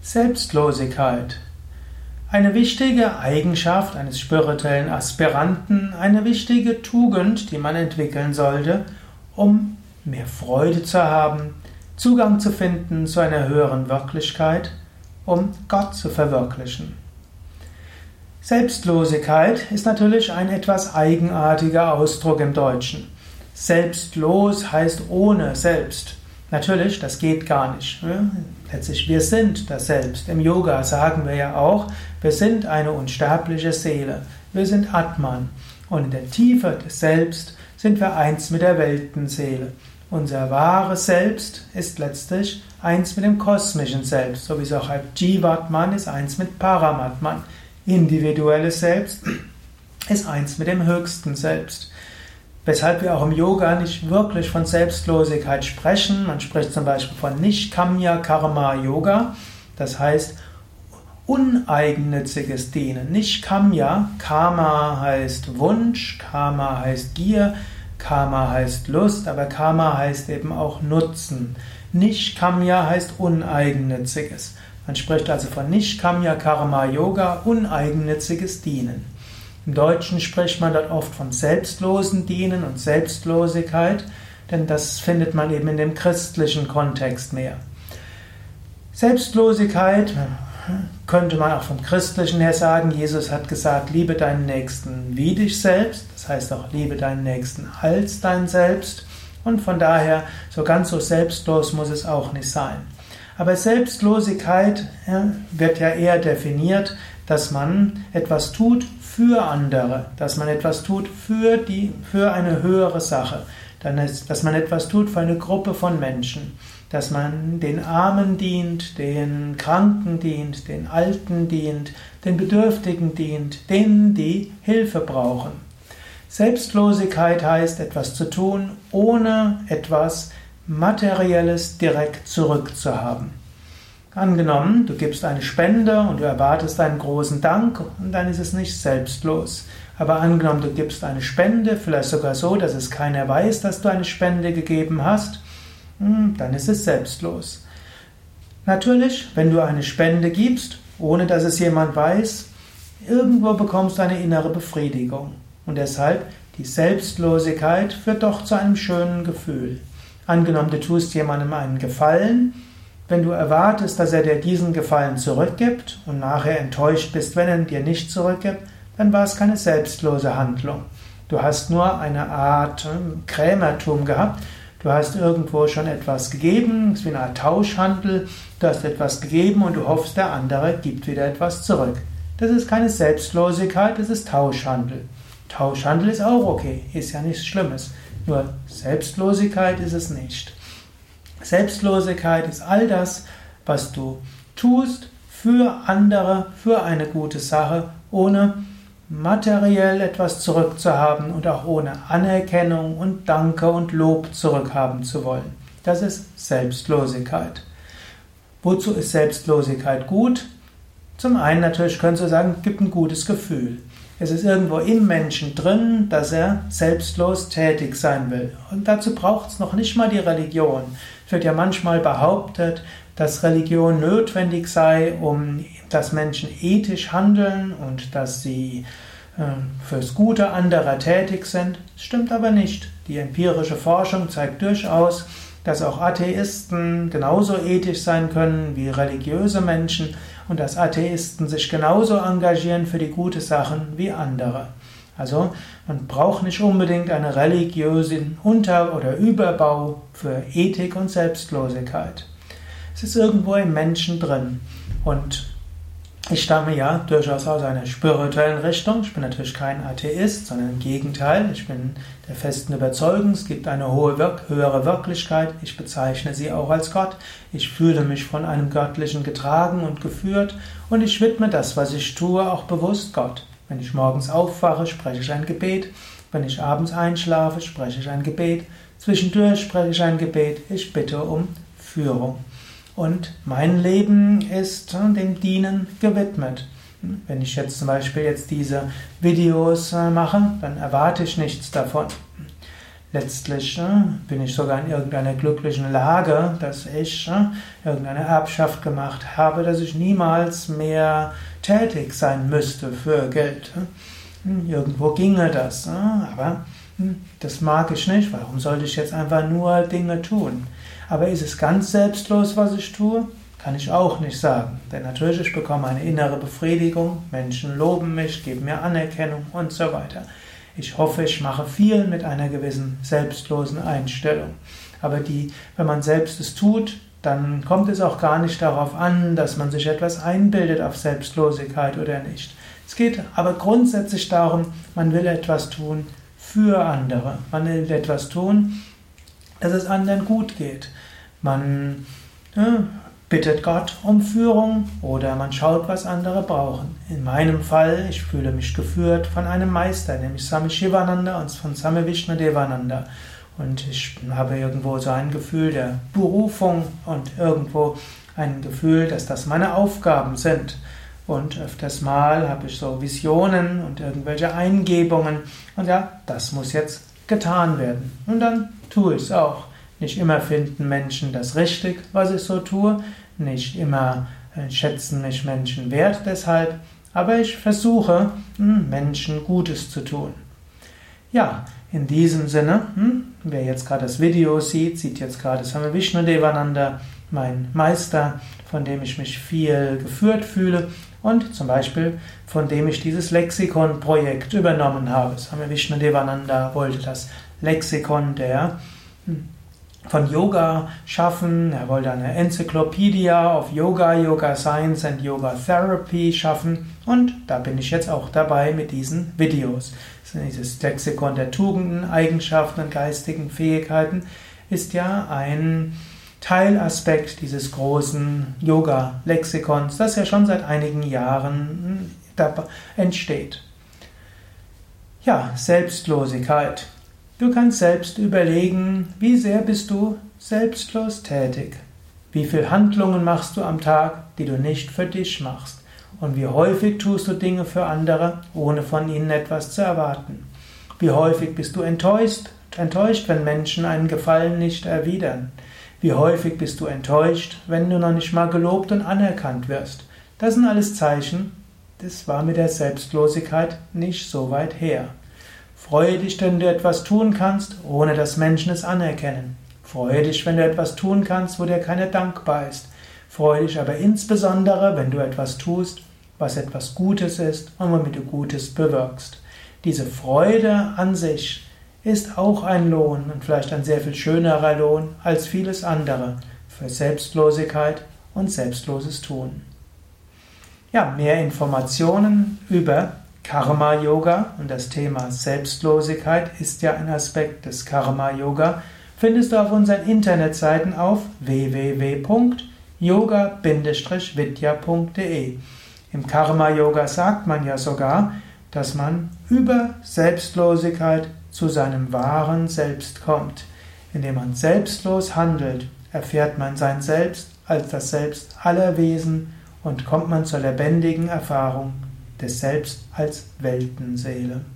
Selbstlosigkeit. Eine wichtige Eigenschaft eines spirituellen Aspiranten, eine wichtige Tugend, die man entwickeln sollte, um mehr Freude zu haben, Zugang zu finden zu einer höheren Wirklichkeit, um Gott zu verwirklichen. Selbstlosigkeit ist natürlich ein etwas eigenartiger Ausdruck im Deutschen. Selbstlos heißt ohne Selbst. Natürlich, das geht gar nicht. Letztlich, wir sind das Selbst. Im Yoga sagen wir ja auch, wir sind eine unsterbliche Seele. Wir sind Atman. Und in der Tiefe des Selbst sind wir eins mit der Weltenseele. Unser wahres Selbst ist letztlich eins mit dem kosmischen Selbst. So wie es auch heißt, Jivatman ist eins mit Paramatman. Individuelles Selbst ist eins mit dem höchsten Selbst. Weshalb wir auch im Yoga nicht wirklich von Selbstlosigkeit sprechen. Man spricht zum Beispiel von Nishkamya Karma Yoga, das heißt uneigennütziges Dienen. Nishkamya, Karma heißt Wunsch, Karma heißt Gier, Karma heißt Lust, aber Karma heißt eben auch Nutzen. Nishkamya heißt uneigennütziges. Man spricht also von Nishkamya Karma Yoga, uneigennütziges Dienen. Im Deutschen spricht man dort oft von selbstlosen Dienen und Selbstlosigkeit, denn das findet man eben in dem christlichen Kontext mehr. Selbstlosigkeit könnte man auch vom Christlichen her sagen, Jesus hat gesagt, liebe deinen Nächsten wie dich selbst, das heißt auch, liebe deinen Nächsten als dein Selbst, und von daher, so ganz so selbstlos muss es auch nicht sein. Aber Selbstlosigkeit wird ja eher definiert, dass man etwas tut für andere, dass man etwas tut für eine höhere Sache, dass man etwas tut für eine Gruppe von Menschen, dass man den Armen dient, den Kranken dient, den Alten dient, den Bedürftigen dient, denen, die Hilfe brauchen. Selbstlosigkeit heißt, etwas zu tun, ohne etwas Materielles direkt zurückzuhaben. Angenommen, du gibst eine Spende und du erwartest einen großen Dank und dann ist es nicht selbstlos. Aber angenommen, du gibst eine Spende, vielleicht sogar so, dass es keiner weiß, dass du eine Spende gegeben hast, dann ist es selbstlos. Natürlich, wenn du eine Spende gibst, ohne dass es jemand weiß, irgendwo bekommst du eine innere Befriedigung. Und deshalb, die Selbstlosigkeit führt doch zu einem schönen Gefühl. Angenommen, du tust jemandem einen Gefallen, wenn du erwartest, dass er dir diesen Gefallen zurückgibt und nachher enttäuscht bist, wenn er dir nicht zurückgibt, dann war es keine selbstlose Handlung. Du hast nur eine Art Krämertum gehabt. Du hast irgendwo schon etwas gegeben, es ist wie eine Art Tauschhandel. Du hast etwas gegeben und du hoffst, der andere gibt wieder etwas zurück. Das ist keine Selbstlosigkeit, das ist Tauschhandel. Tauschhandel ist auch okay, ist ja nichts Schlimmes. Nur Selbstlosigkeit ist es nicht. Selbstlosigkeit ist all das, was du tust für andere, für eine gute Sache, ohne materiell etwas zurückzuhaben und auch ohne Anerkennung und Danke und Lob zurückhaben zu wollen. Das ist Selbstlosigkeit. Wozu ist Selbstlosigkeit gut? Zum einen natürlich könntest du sagen, es gibt ein gutes Gefühl. Es ist irgendwo im Menschen drin, dass er selbstlos tätig sein will. Und dazu braucht es noch nicht mal die Religion. Es wird ja manchmal behauptet, dass Religion notwendig sei, dass Menschen ethisch handeln und dass sie fürs Gute anderer tätig sind. Das stimmt aber nicht. Die empirische Forschung zeigt durchaus, dass auch Atheisten genauso ethisch sein können wie religiöse Menschen und dass Atheisten sich genauso engagieren für die guten Sachen wie andere. Also man braucht nicht unbedingt einen religiösen oder Überbau für Ethik und Selbstlosigkeit. Es ist irgendwo im Menschen drin. Und ich stamme ja durchaus aus einer spirituellen Richtung. Ich bin natürlich kein Atheist, sondern im Gegenteil. Ich bin der festen Überzeugung, es gibt eine höhere Wirklichkeit. Ich bezeichne sie auch als Gott. Ich fühle mich von einem Göttlichen getragen und geführt. Und ich widme das, was ich tue, auch bewusst Gott. Wenn ich morgens aufwache, spreche ich ein Gebet. Wenn ich abends einschlafe, spreche ich ein Gebet. Zwischendurch spreche ich ein Gebet. Ich bitte um Führung. Und mein Leben ist dem Dienen gewidmet. Wenn ich jetzt zum Beispiel diese Videos mache, dann erwarte ich nichts davon. letztlich bin ich sogar in irgendeiner glücklichen Lage, dass ich irgendeine Erbschaft gemacht habe, dass ich niemals mehr tätig sein müsste für Geld. Irgendwo ginge das, aber das mag ich nicht. Warum sollte ich jetzt einfach nur Dinge tun? Aber ist es ganz selbstlos, was ich tue? Kann ich auch nicht sagen. Denn natürlich, ich bekomme eine innere Befriedigung, Menschen loben mich, geben mir Anerkennung und so weiter. Ich hoffe, ich mache viel mit einer gewissen selbstlosen Einstellung. Aber wenn man selbst es tut, dann kommt es auch gar nicht darauf an, dass man sich etwas einbildet auf Selbstlosigkeit oder nicht. Es geht aber grundsätzlich darum, man will etwas tun für andere. Man will etwas tun, dass es anderen gut geht. Man bittet Gott um Führung oder man schaut, was andere brauchen. In meinem Fall, ich fühle mich geführt von einem Meister, nämlich Swami Shivananda und von Swami Vishnadevananda. Und ich habe irgendwo so ein Gefühl der Berufung und irgendwo ein Gefühl, dass das meine Aufgaben sind. Und öfters mal habe ich so Visionen und irgendwelche Eingebungen. Und ja, das muss jetzt getan werden. Und dann tue ich es auch. Nicht immer finden Menschen das richtig, was ich so tue. Nicht immer schätzen mich Menschen wert deshalb. Aber ich versuche, Menschen Gutes zu tun. Ja, in diesem Sinne, wer jetzt gerade das Video sieht, sieht jetzt gerade Swami Vishnadevananda, mein Meister, von dem ich mich viel geführt fühle und zum Beispiel von dem ich dieses Lexikon-Projekt übernommen habe. Swami Vishnadevananda wollte das Lexikon von Yoga schaffen. Er wollte eine Enzyklopädie auf Yoga, Yoga Science and Yoga Therapy schaffen. Und da bin ich jetzt auch dabei mit diesen Videos. Dieses Lexikon der Tugenden, Eigenschaften und geistigen Fähigkeiten ist ja ein Teilaspekt dieses großen Yoga-Lexikons, das ja schon seit einigen Jahren entsteht. Ja, Selbstlosigkeit. Du kannst selbst überlegen, wie sehr bist du selbstlos tätig? Wie viele Handlungen machst du am Tag, die du nicht für dich machst? Und wie häufig tust du Dinge für andere, ohne von ihnen etwas zu erwarten? Wie häufig bist du enttäuscht, wenn Menschen einen Gefallen nicht erwidern? Wie häufig bist du enttäuscht, wenn du noch nicht mal gelobt und anerkannt wirst? Das sind alles Zeichen, das war mit der Selbstlosigkeit nicht so weit her. Freue dich, wenn du etwas tun kannst, ohne dass Menschen es anerkennen. Freue dich, wenn du etwas tun kannst, wo dir keiner dankbar ist. Freue dich aber insbesondere, wenn du etwas tust, was etwas Gutes ist und womit du Gutes bewirkst. Diese Freude an sich ist auch ein Lohn und vielleicht ein sehr viel schönerer Lohn als vieles andere für Selbstlosigkeit und selbstloses Tun. Ja, mehr Informationen über Karma-Yoga und das Thema Selbstlosigkeit ist ja ein Aspekt des Karma-Yoga, findest du auf unseren Internetseiten auf www.yoga-vidya.de. Im Karma-Yoga sagt man ja sogar, dass man über Selbstlosigkeit zu seinem wahren Selbst kommt. Indem man selbstlos handelt, erfährt man sein Selbst als das Selbst aller Wesen und kommt man zur lebendigen Erfahrung des Selbst als Weltenseele.